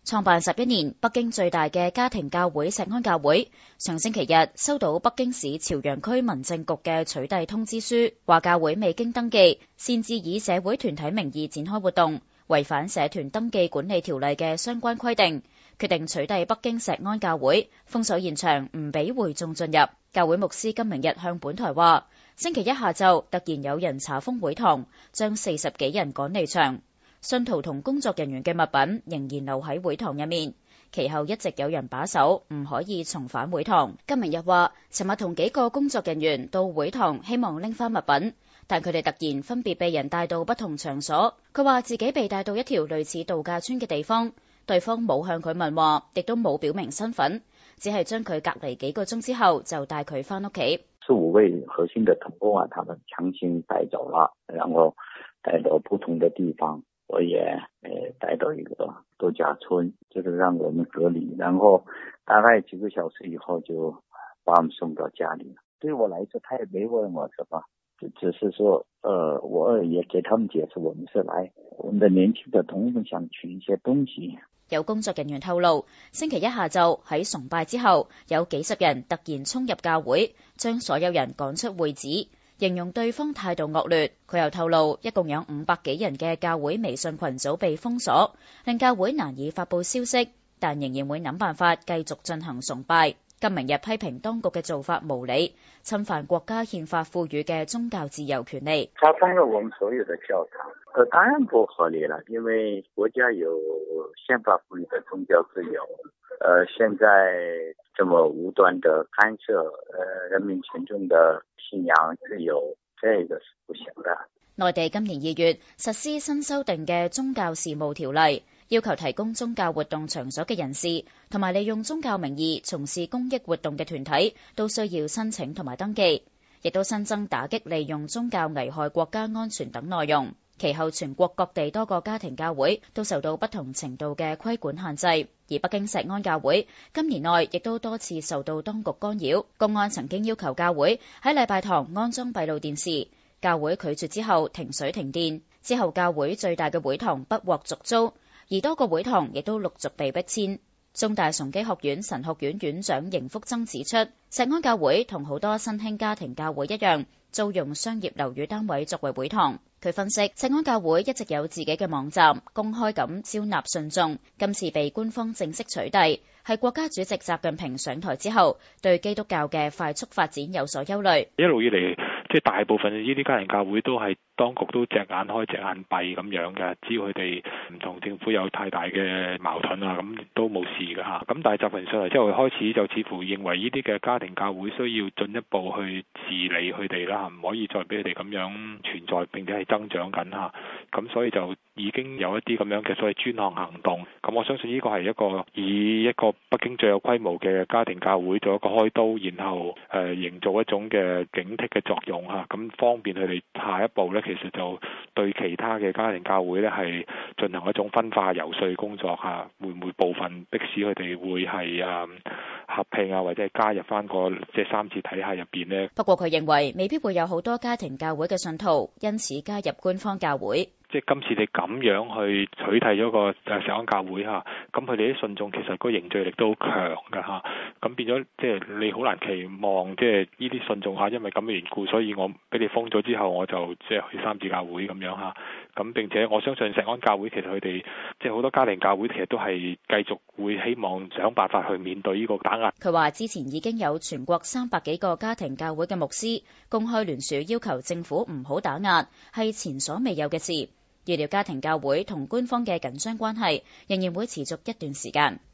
創辦11年，北京最大嘅家庭教會石安教會，上星期日收到北京市朝陽區民政局嘅取締通知書，話教會未經登記，擅自以社會團體名義展開活動，違反社團登記管理條例嘅相關規定，決定取締北京石安教會，封鎖現場，唔俾會眾進入。教會牧師金明日向本台話，星期一下晝突然有人查封會堂，將40幾人趕離場。信徒同工作人員嘅物品仍然留喺會堂入面，其後一直有人把守，唔可以重返會堂。金明日話，尋日同幾個工作人員到會堂，希望拎返物品，但佢哋突然分別被人帶到不同場所。佢話自己被帶到一條類似度假村嘅地方，對方冇向佢問話，亦都冇表明身份，只係將佢隔離幾個鐘之後就帶佢返屋企。 4-5位核心的同工啊，他們強行帶走了，然後帶到不同的地方。我也帶到一個度假村，就是讓我們隔離，然後大概幾個小時以後就把我們送到家裏。對我來說，他也沒問我什麼，只是說，我也給他們解釋，我們是來我們的年輕的同工想取一些東西。 有工作人員透露，星期一下晝喺崇拜之後，有幾十人突然衝入教會，將所有人趕出會址。形容對方態度惡劣。佢又透露，一共有500幾人嘅教會微信群組被封鎖，令教會難以發佈消息，但仍然會諗辦法繼續進行崇拜。金明日批評當局嘅做法無理，侵犯國家憲法賦予嘅宗教自由權利。 查封了我們所有的教堂，當然不合理了，因為國家有憲法賦予的宗教自由。現在這麼無端的干涉人民群眾的信仰自由，這個是不行的。 內地今年2月實施新修訂嘅宗教事務條例，要求提供宗教活動場所嘅人士同埋利用宗教名義從事公益活動嘅團體都需要申請同埋登記，亦都新增打擊利用宗教危害國家安全等內容。其後全國各地多個家庭教會都受到不同程度嘅規管限制，而北京石安教會今年內亦都多次受到當局干擾。公安曾經要求教會喺禮拜堂安裝閉路電視，教會拒絕之後停水停電。之後教會最大嘅會堂不獲續租，而多個會堂亦都陸續被迫遷。中大崇基學院神學院院長邢福增指出，石安教會同好多新興家庭教會一樣，租用商業樓宇單位作為會堂。佢分析，石安教會一直有自己嘅網站，公開咁招納信眾，今次被官方正式取締，係國家主席習近平上台之後對基督教嘅快速發展有所憂慮。 一路以嚟，即係大部分呢啲家庭教會都係當局都隻眼開隻眼閉咁樣嘅，只要佢哋唔同政府有太大嘅矛盾啊，咁都冇事㗎嚇。咁但係習近平上嚟之後開始就似乎認為呢啲嘅家庭教會需要進一步去治理佢哋啦，唔可以再俾佢哋咁樣存在並且係增長緊嚇。咁所以就已經有一啲咁樣嘅所謂專項行動。咁我相信呢個係以一個北京最有規模嘅家庭教會做一個開刀，然後營造一種嘅警惕嘅作用嚇，咁方便佢哋下一步咧，其實就對其他嘅家庭教會咧係進行一種分化游說工作嚇，會唔會部分迫使佢哋會係合併啊，或者係加入翻個即係三自體系入邊呢？ 不過佢認為未必會有好多家庭教會嘅信徒因此加入官方教會。 即係今次你咁樣去取締咗個石安教會嚇，咁佢哋啲信眾其實個凝聚力都好強㗎嚇，咁變咗即係你好難期望即係呢啲信眾嚇，因為咁嘅緣故，所以我俾你封咗之後，我就即係去三自教會咁樣嚇，咁並且我相信石安教會其實佢哋即係好多家庭教會其實都係繼續會希望想辦法去面對呢個打壓。 佢話之前已經有全國300幾個家庭教會嘅牧師公開聯署要求政府唔好打壓，係前所未有嘅事。預料家庭教會同官方嘅緊張關係仍然會持續一段時間。